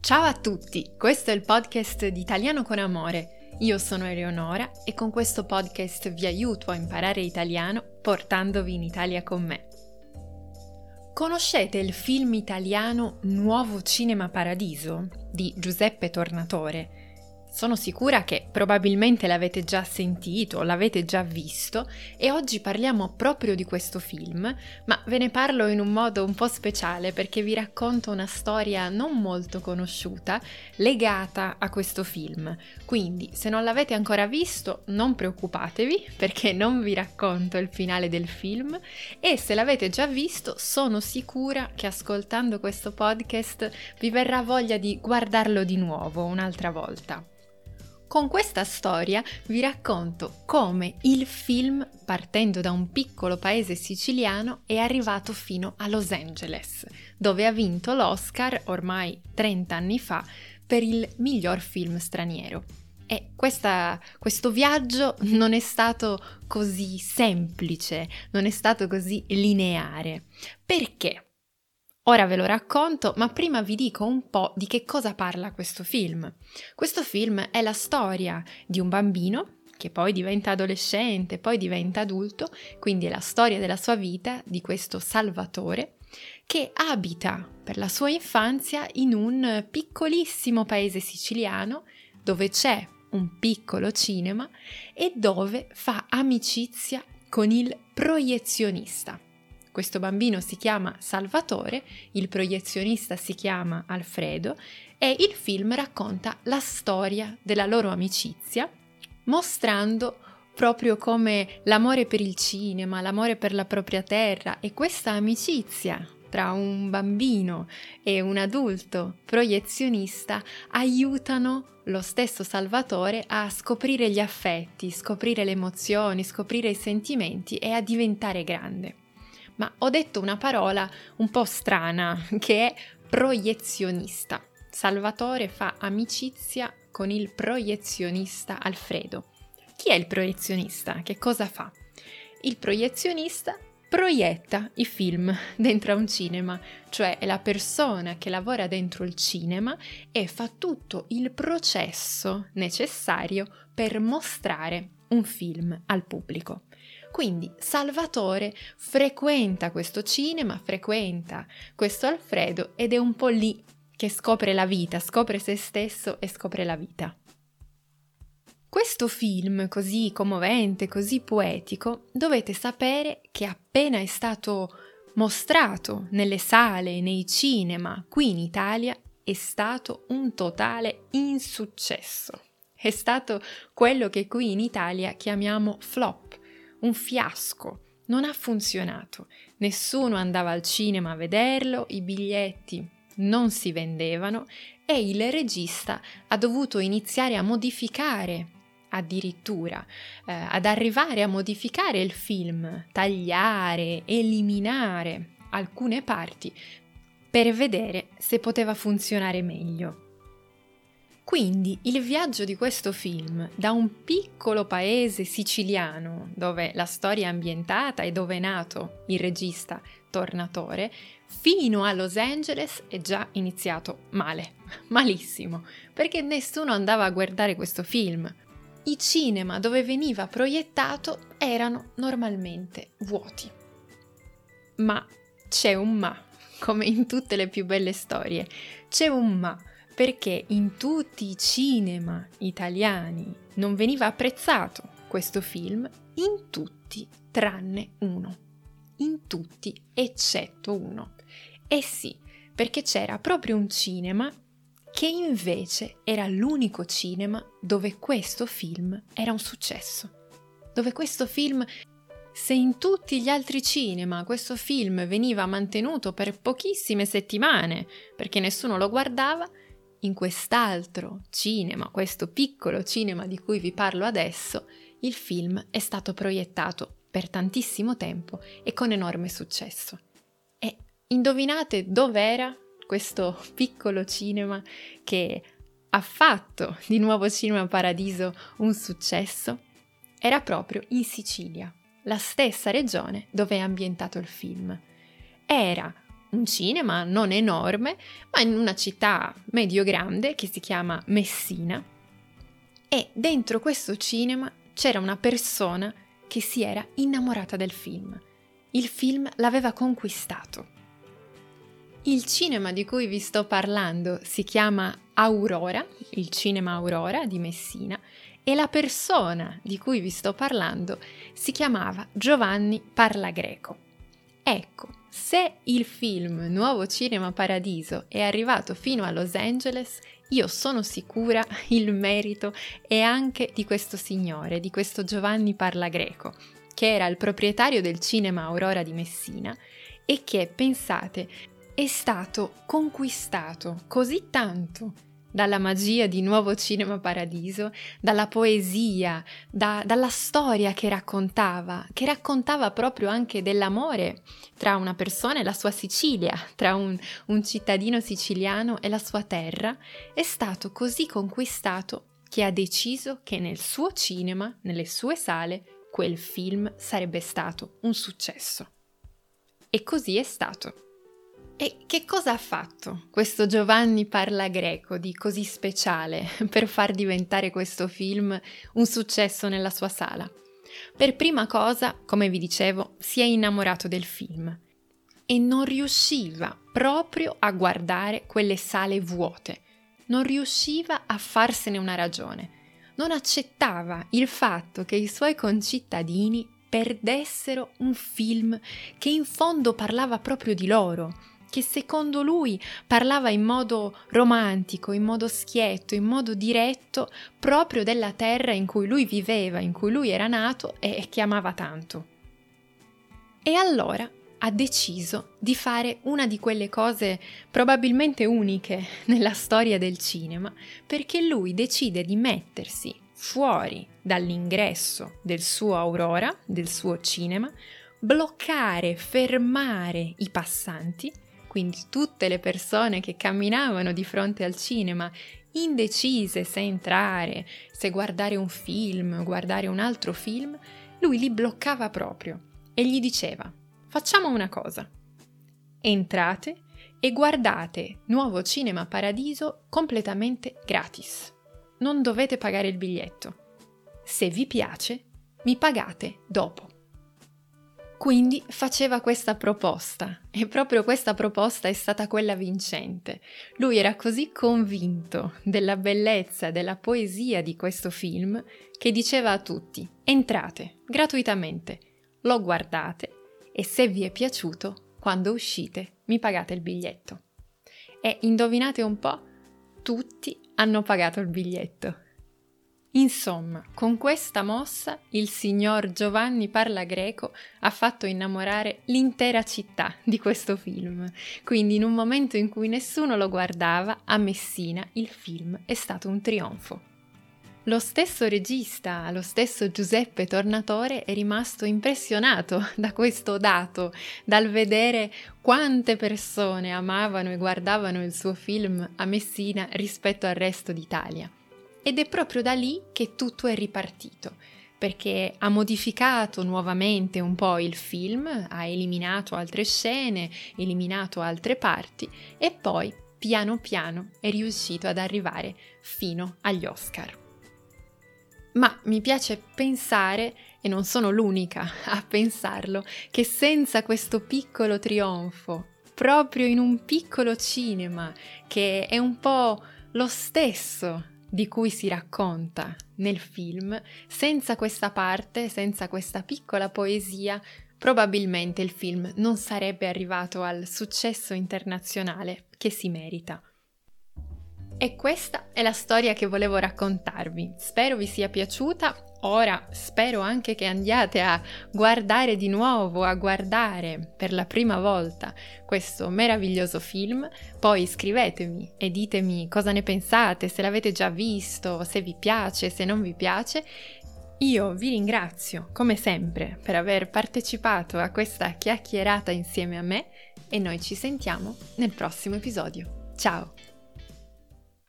Ciao a tutti, questo è il podcast di Italiano con Amore. Io sono Eleonora e con questo podcast vi aiuto a imparare italiano portandovi in Italia con me. Conoscete il film italiano Nuovo Cinema Paradiso di Giuseppe Tornatore? Sono sicura che probabilmente l'avete già sentito, l'avete già visto e oggi parliamo proprio di questo film, ma ve ne parlo in un modo un po' speciale perché vi racconto una storia non molto conosciuta legata a questo film. Quindi, se non l'avete ancora visto, non preoccupatevi perché non vi racconto il finale del film e se l'avete già visto, sono sicura che ascoltando questo podcast vi verrà voglia di guardarlo di nuovo un'altra volta. Con questa storia vi racconto come il film, partendo da un piccolo paese siciliano, è arrivato fino a Los Angeles, dove ha vinto l'Oscar ormai 30 anni fa per il miglior film straniero. E questo viaggio non è stato così semplice, non è stato così lineare. Perché? Ora ve lo racconto, ma prima vi dico un po' di che cosa parla questo film. Questo film è la storia di un bambino che poi diventa adolescente, poi diventa adulto, quindi è la storia della sua vita, di questo Salvatore, che abita per la sua infanzia in un piccolissimo paese siciliano dove c'è un piccolo cinema e dove fa amicizia con il proiezionista. Questo bambino si chiama Salvatore, il proiezionista si chiama Alfredo e il film racconta la storia della loro amicizia, mostrando proprio come l'amore per il cinema, l'amore per la propria terra e questa amicizia tra un bambino e un adulto proiezionista aiutano lo stesso Salvatore a scoprire gli affetti, scoprire le emozioni, scoprire i sentimenti e a diventare grande. Ma ho detto una parola un po' strana, che è proiezionista. Salvatore fa amicizia con il proiezionista Alfredo. Chi è il proiezionista? Che cosa fa? Il proiezionista proietta i film dentro a un cinema, cioè è la persona che lavora dentro il cinema e fa tutto il processo necessario per mostrare un film al pubblico. Quindi Salvatore frequenta questo cinema, frequenta questo Alfredo ed è un po' lì che scopre la vita, scopre se stesso e scopre la vita. Questo film così commovente, così poetico, dovete sapere che appena è stato mostrato nelle sale, nei cinema, qui in Italia, è stato un totale insuccesso. È stato quello che qui in Italia chiamiamo flop. Un fiasco, non ha funzionato, nessuno andava al cinema a vederlo, i biglietti non si vendevano e il regista ha dovuto iniziare a modificare addirittura, ad arrivare a modificare il film, tagliare, eliminare alcune parti per vedere se poteva funzionare meglio. Quindi il viaggio di questo film da un piccolo paese siciliano dove la storia è ambientata e dove è nato il regista Tornatore fino a Los Angeles è già iniziato male, malissimo, perché nessuno andava a guardare questo film. I cinema dove veniva proiettato erano normalmente vuoti. Ma c'è un ma, come in tutte le più belle storie, c'è un ma. Perché in tutti i cinema italiani non veniva apprezzato questo film, in tutti tranne uno, in tutti eccetto uno. E sì, perché c'era proprio un cinema che invece era l'unico cinema dove questo film era un successo, dove questo film, se in tutti gli altri cinema questo film veniva mantenuto per pochissime settimane perché nessuno lo guardava, in quest'altro cinema, questo piccolo cinema di cui vi parlo adesso, il film è stato proiettato per tantissimo tempo e con enorme successo. E indovinate dov'era questo piccolo cinema che ha fatto di Nuovo Cinema Paradiso un successo? Era proprio in Sicilia, la stessa regione dove è ambientato il film. Era un cinema non enorme, ma in una città medio-grande che si chiama Messina. E dentro questo cinema c'era una persona che si era innamorata del film. Il film l'aveva conquistato. Il cinema di cui vi sto parlando si chiama Aurora, il cinema Aurora di Messina, e la persona di cui vi sto parlando si chiamava Giovanni Parlagreco. Ecco, se il film Nuovo Cinema Paradiso è arrivato fino a Los Angeles, io sono sicura il merito è anche di questo signore, di questo Giovanni Parlagreco, che era il proprietario del cinema Aurora di Messina e che, pensate, è stato conquistato così tanto dalla magia di Nuovo Cinema Paradiso, dalla poesia, dalla storia che raccontava proprio anche dell'amore tra una persona e la sua Sicilia, tra un cittadino siciliano e la sua terra. È stato così conquistato che ha deciso che nel suo cinema, nelle sue sale, quel film sarebbe stato un successo. E così è stato. E che cosa ha fatto questo Giovanni Parlagreco di così speciale per far diventare questo film un successo nella sua sala? Per prima cosa, come vi dicevo, si è innamorato del film e non riusciva proprio a guardare quelle sale vuote, non riusciva a farsene una ragione, non accettava il fatto che i suoi concittadini perdessero un film che in fondo parlava proprio di loro, che secondo lui parlava in modo romantico, in modo schietto, in modo diretto, proprio della terra in cui lui viveva, in cui lui era nato e che amava tanto. E allora ha deciso di fare una di quelle cose probabilmente uniche nella storia del cinema, perché lui decide di mettersi fuori dall'ingresso del suo Aurora, del suo cinema, bloccare, fermare i passanti, quindi tutte le persone che camminavano di fronte al cinema, indecise se entrare, se guardare un film, guardare un altro film, lui li bloccava proprio e gli diceva: facciamo una cosa, entrate e guardate Nuovo Cinema Paradiso completamente gratis, non dovete pagare il biglietto, se vi piace mi pagate dopo. Quindi faceva questa proposta e proprio questa proposta è stata quella vincente. Lui era così convinto della bellezza, della poesia di questo film che diceva a tutti: entrate gratuitamente, lo guardate e se vi è piaciuto, quando uscite mi pagate il biglietto. E indovinate un po', tutti hanno pagato il biglietto. Insomma, con questa mossa il signor Giovanni Parlagreco ha fatto innamorare l'intera città di questo film. Quindi in un momento in cui nessuno lo guardava, a Messina il film è stato un trionfo. Lo stesso regista, lo stesso Giuseppe Tornatore è rimasto impressionato da questo dato, dal vedere quante persone amavano e guardavano il suo film a Messina rispetto al resto d'Italia. Ed è proprio da lì che tutto è ripartito, perché ha modificato nuovamente un po' il film, ha eliminato altre scene, eliminato altre parti e poi piano piano è riuscito ad arrivare fino agli Oscar. Ma mi piace pensare, e non sono l'unica a pensarlo, che senza questo piccolo trionfo, proprio in un piccolo cinema, che è un po' lo stesso di cui si racconta nel film, senza questa parte, senza questa piccola poesia, probabilmente il film non sarebbe arrivato al successo internazionale che si merita. E questa è la storia che volevo raccontarvi. Spero vi sia piaciuta. Ora spero anche che andiate a guardare di nuovo, a guardare per la prima volta questo meraviglioso film. Poi scrivetemi e ditemi cosa ne pensate, se l'avete già visto, se vi piace, se non vi piace. Io vi ringrazio, come sempre, per aver partecipato a questa chiacchierata insieme a me e noi ci sentiamo nel prossimo episodio. Ciao!